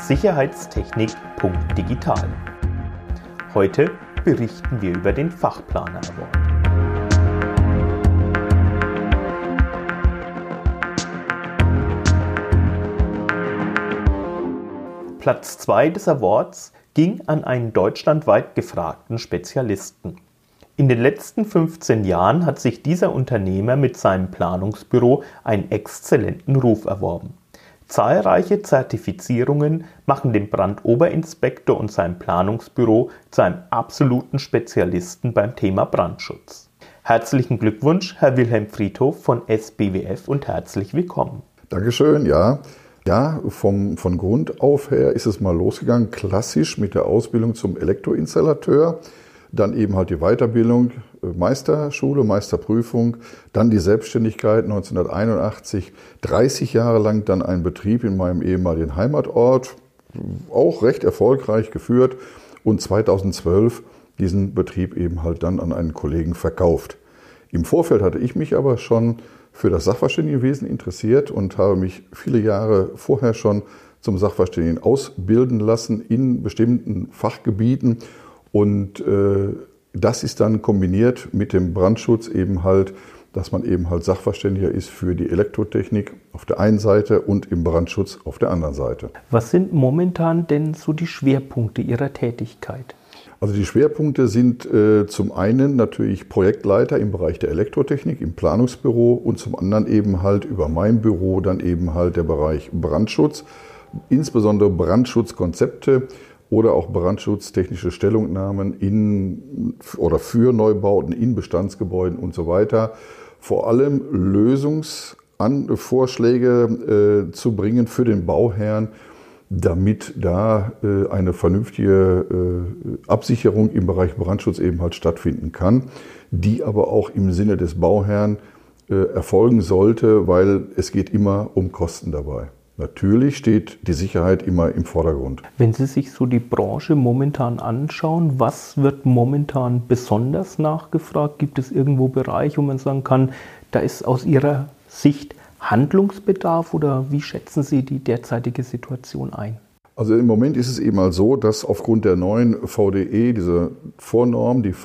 Sicherheitstechnik.digital. Heute berichten wir über den Fachplaner Award. Platz 2 des Awards ging an einen deutschlandweit gefragten Spezialisten. In den letzten 15 Jahren hat sich dieser Unternehmer mit seinem Planungsbüro einen exzellenten Ruf erworben. Zahlreiche Zertifizierungen machen den Brandoberinspektor und sein Planungsbüro zu einem absoluten Spezialisten beim Thema Brandschutz. Herzlichen Glückwunsch, Herr Wilhelm Friedhof von SBWF, und herzlich willkommen. Dankeschön, ja. Ja, von Grund auf her ist es mal losgegangen, klassisch mit der Ausbildung zum Elektroinstallateur, dann eben halt die Weiterbildung, Meisterschule, Meisterprüfung, dann die Selbstständigkeit 1981, 30 Jahre lang dann einen Betrieb in meinem ehemaligen Heimatort, auch recht erfolgreich geführt, und 2012 diesen Betrieb eben halt dann an einen Kollegen verkauft. Im Vorfeld hatte ich mich aber schon für das Sachverständigenwesen interessiert und habe mich viele Jahre vorher schon zum Sachverständigen ausbilden lassen in bestimmten Fachgebieten. Und das ist dann kombiniert mit dem Brandschutz eben halt, dass man eben halt Sachverständiger ist für die Elektrotechnik auf der einen Seite und im Brandschutz auf der anderen Seite. Was sind momentan denn so die Schwerpunkte Ihrer Tätigkeit? Also die Schwerpunkte sind zum einen natürlich Projektleiter im Bereich der Elektrotechnik im Planungsbüro und zum anderen eben halt über mein Büro dann eben halt der Bereich Brandschutz, insbesondere Brandschutzkonzepte oder auch brandschutztechnische Stellungnahmen in oder für Neubauten in Bestandsgebäuden und so weiter. Vor allem Lösungsvorschläge zu bringen für den Bauherrn, damit da eine vernünftige Absicherung im Bereich Brandschutz eben halt stattfinden kann, die aber auch im Sinne des Bauherrn erfolgen sollte, weil es geht immer um Kosten dabei. Natürlich steht die Sicherheit immer im Vordergrund. Wenn Sie sich so die Branche momentan anschauen, was wird momentan besonders nachgefragt? Gibt es irgendwo Bereiche, wo man sagen kann, da ist aus Ihrer Sicht Handlungsbedarf, oder wie schätzen Sie die derzeitige Situation ein? Also im Moment ist es eben mal so, dass aufgrund der neuen VDE, diese Vornorm, die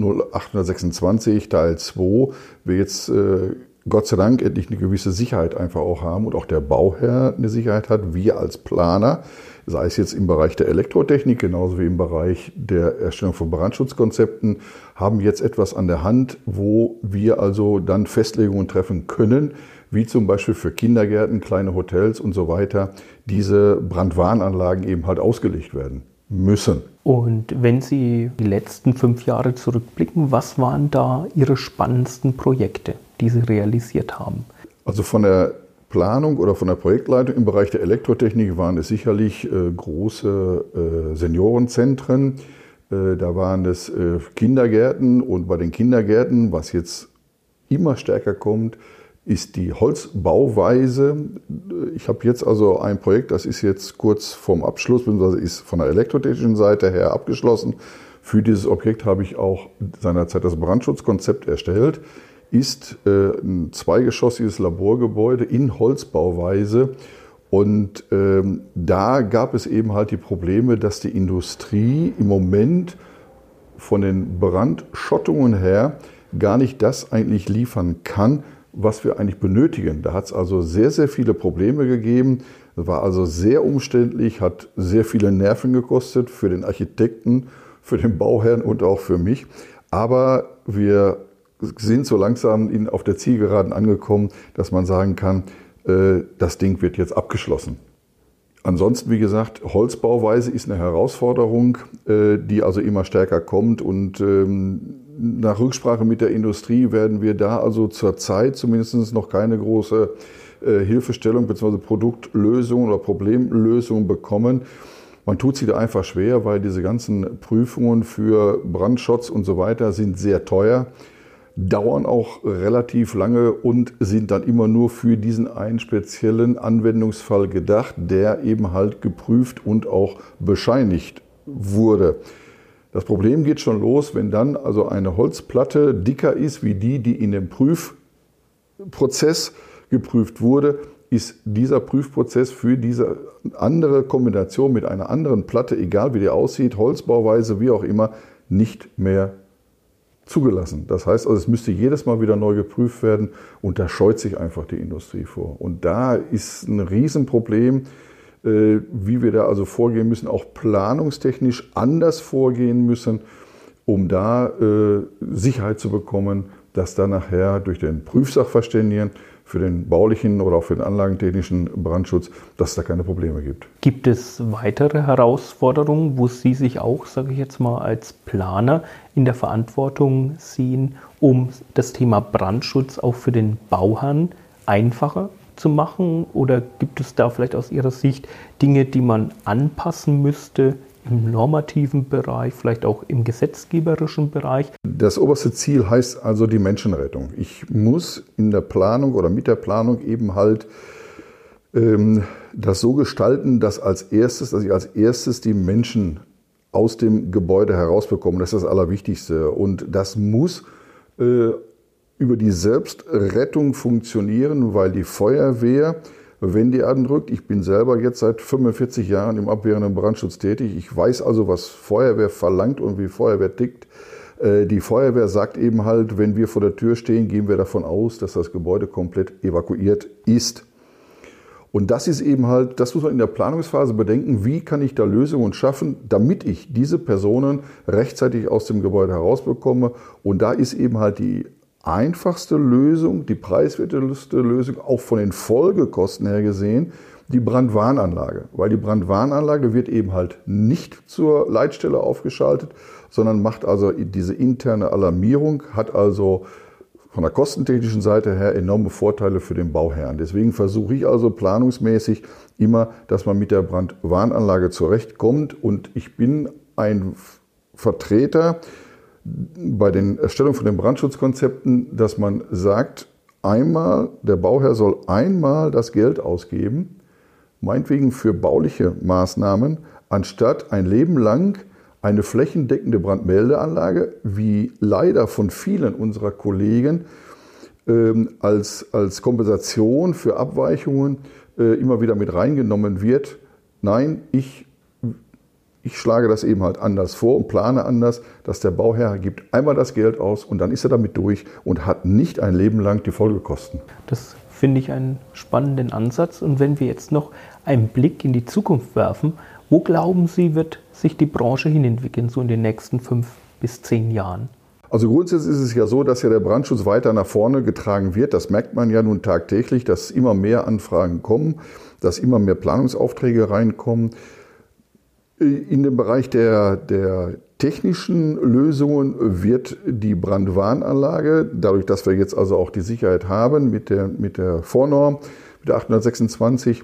V0826 Teil 2, wir jetzt Gott sei Dank endlich eine gewisse Sicherheit einfach auch haben und auch der Bauherr eine Sicherheit hat, wir als Planer, sei es jetzt im Bereich der Elektrotechnik, genauso wie im Bereich der Erstellung von Brandschutzkonzepten, haben jetzt etwas an der Hand, wo wir also dann Festlegungen treffen können, wie zum Beispiel für Kindergärten, kleine Hotels und so weiter, diese Brandwarnanlagen eben halt ausgelegt werden müssen. Und wenn Sie die letzten 5 Jahre zurückblicken, was waren da Ihre spannendsten Projekte, die Sie realisiert haben? Also von der Planung oder von der Projektleitung im Bereich der Elektrotechnik waren es sicherlich große Seniorenzentren. Da waren es Kindergärten, und bei den Kindergärten, was jetzt immer stärker kommt, ist die Holzbauweise. Ich habe jetzt also ein Projekt, das ist jetzt kurz vorm Abschluss, beziehungsweise ist von der elektrotechnischen Seite her abgeschlossen. Für dieses Objekt habe ich auch seinerzeit das Brandschutzkonzept erstellt. Ist ein zweigeschossiges Laborgebäude in Holzbauweise. Und da gab es eben halt die Probleme, dass die Industrie im Moment von den Brandschottungen her gar nicht das eigentlich liefern kann, was wir eigentlich benötigen. Da hat es also sehr, sehr viele Probleme gegeben. Das war also sehr umständlich, hat sehr viele Nerven gekostet für den Architekten, für den Bauherrn und auch für mich. Aber wir sind so langsam auf der Zielgeraden angekommen, dass man sagen kann, das Ding wird jetzt abgeschlossen. Ansonsten, wie gesagt, Holzbauweise ist eine Herausforderung, die also immer stärker kommt, und nach Rücksprache mit der Industrie werden wir da also zurzeit zumindest noch keine große Hilfestellung bzw. Produktlösung oder Problemlösung bekommen. Man tut sich da einfach schwer, weil diese ganzen Prüfungen für Brandschutz und so weiter sind sehr teuer, dauern auch relativ lange und sind dann immer nur für diesen einen speziellen Anwendungsfall gedacht, der eben halt geprüft und auch bescheinigt wurde. Das Problem geht schon los, wenn dann also eine Holzplatte dicker ist wie die in dem Prüfprozess geprüft wurde, ist dieser Prüfprozess für diese andere Kombination mit einer anderen Platte, egal wie die aussieht, Holzbauweise, wie auch immer, nicht mehr zugelassen. Das heißt also, es müsste jedes Mal wieder neu geprüft werden und da scheut sich einfach die Industrie vor. Und da ist ein Riesenproblem, wie wir da also vorgehen müssen, auch planungstechnisch anders vorgehen müssen, um da Sicherheit zu bekommen, dass da nachher durch den Prüfsachverständigen für den baulichen oder auch für den anlagentechnischen Brandschutz, dass es da keine Probleme gibt. Gibt es weitere Herausforderungen, wo Sie sich auch, sage ich jetzt mal, als Planer in der Verantwortung sehen, um das Thema Brandschutz auch für den Bauherrn einfacher zu machen? Oder gibt es da vielleicht aus Ihrer Sicht Dinge, die man anpassen müsste im normativen Bereich, vielleicht auch im gesetzgeberischen Bereich? Das oberste Ziel heißt also die Menschenrettung. Ich muss in der Planung oder mit der Planung eben halt das so gestalten, dass ich als erstes die Menschen aus dem Gebäude herausbekomme. Das ist das Allerwichtigste. Und das muss über die Selbstrettung funktionieren, weil die Feuerwehr, wenn die andrückt, ich bin selber jetzt seit 45 Jahren im abwehrenden Brandschutz tätig, ich weiß also, was Feuerwehr verlangt und wie Feuerwehr tickt. Die Feuerwehr sagt eben halt, wenn wir vor der Tür stehen, gehen wir davon aus, dass das Gebäude komplett evakuiert ist. Und das ist eben halt, das muss man in der Planungsphase bedenken, wie kann ich da Lösungen schaffen, damit ich diese Personen rechtzeitig aus dem Gebäude herausbekomme. Und da ist eben halt die einfachste Lösung, die preiswerteste Lösung, auch von den Folgekosten her gesehen, die Brandwarnanlage. Weil die Brandwarnanlage wird eben halt nicht zur Leitstelle aufgeschaltet, sondern macht also diese interne Alarmierung, hat also von der kostentechnischen Seite her enorme Vorteile für den Bauherrn. Deswegen versuche ich also planungsmäßig immer, dass man mit der Brandwarnanlage zurechtkommt. Und ich bin ein Vertreter bei den Erstellungen von den Brandschutzkonzepten, dass man sagt, der Bauherr soll einmal das Geld ausgeben, meinetwegen für bauliche Maßnahmen, anstatt ein Leben lang eine flächendeckende Brandmeldeanlage, wie leider von vielen unserer Kollegen als Kompensation für Abweichungen immer wieder mit reingenommen wird. Nein, ich schlage das eben halt anders vor und plane anders, dass der Bauherr gibt einmal das Geld aus und dann ist er damit durch und hat nicht ein Leben lang die Folgekosten. Das finde ich einen spannenden Ansatz. Und wenn wir jetzt noch einen Blick in die Zukunft werfen, wo glauben Sie, wird sich die Branche hinentwickeln, so in den nächsten 5 bis 10 Jahren? Also grundsätzlich ist es ja so, dass ja der Brandschutz weiter nach vorne getragen wird. Das merkt man ja nun tagtäglich, dass immer mehr Anfragen kommen, dass immer mehr Planungsaufträge reinkommen. In dem Bereich der technischen Lösungen wird die Brandwarnanlage, dadurch, dass wir jetzt also auch die Sicherheit haben mit der Vornorm, mit der 826,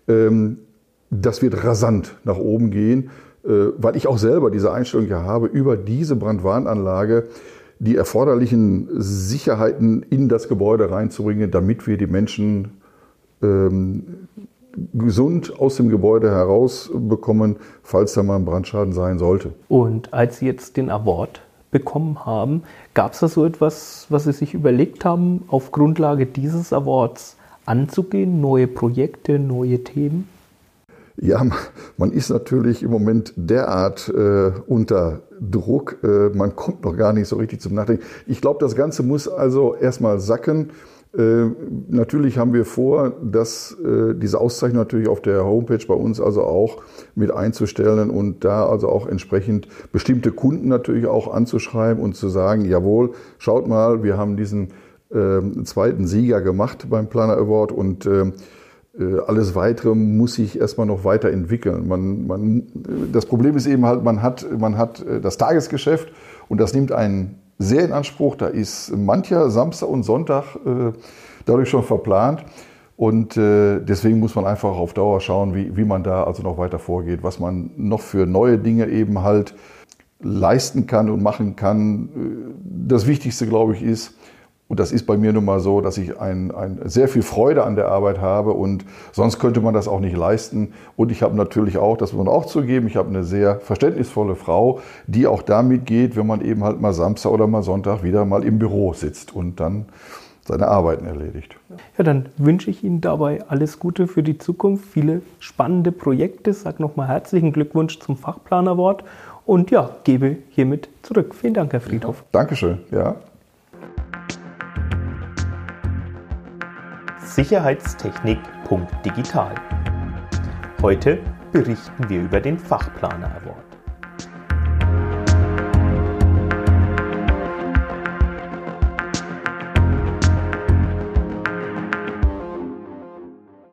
das wird rasant nach oben gehen, weil ich auch selber diese Einstellung ja habe, über diese Brandwarnanlage die erforderlichen Sicherheiten in das Gebäude reinzubringen, damit wir die Menschen gesund aus dem Gebäude herausbekommen, falls da mal ein Brandschaden sein sollte. Und als Sie jetzt den Award bekommen haben, gab es da so etwas, was Sie sich überlegt haben, auf Grundlage dieses Awards anzugehen? Neue Projekte, neue Themen? Ja, man ist natürlich im Moment derart unter Druck, man kommt noch gar nicht so richtig zum Nachdenken. Ich glaube, das Ganze muss also erstmal sacken. Natürlich haben wir vor, dass diese Auszeichnung natürlich auf der Homepage bei uns also auch mit einzustellen und da also auch entsprechend bestimmte Kunden natürlich auch anzuschreiben und zu sagen, jawohl, schaut mal, wir haben diesen zweiten Sieger gemacht beim Planer Award und alles Weitere muss sich erstmal noch weiterentwickeln. Das Problem ist eben halt, man hat das Tagesgeschäft und das nimmt einen sehr in Anspruch. Da ist mancher Samstag und Sonntag dadurch schon verplant. Und deswegen muss man einfach auf Dauer schauen, wie man da also noch weiter vorgeht, was man noch für neue Dinge eben halt leisten kann und machen kann. Das Wichtigste, glaube ich, ist, und das ist bei mir nun mal so, dass ich sehr viel Freude an der Arbeit habe und sonst könnte man das auch nicht leisten. Und ich habe natürlich auch, das muss man auch zugeben, ich habe eine sehr verständnisvolle Frau, die auch damit geht, wenn man eben halt mal Samstag oder mal Sonntag wieder mal im Büro sitzt. Und dann seine Arbeiten erledigt. Ja, dann wünsche ich Ihnen dabei alles Gute für die Zukunft, viele spannende Projekte. Sag nochmal herzlichen Glückwunsch zum Fachplaner Award und ja, gebe hiermit zurück. Vielen Dank, Herr Friedhoff. Dankeschön, ja. Sicherheitstechnik.digital. Heute berichten wir über den Fachplaner Award.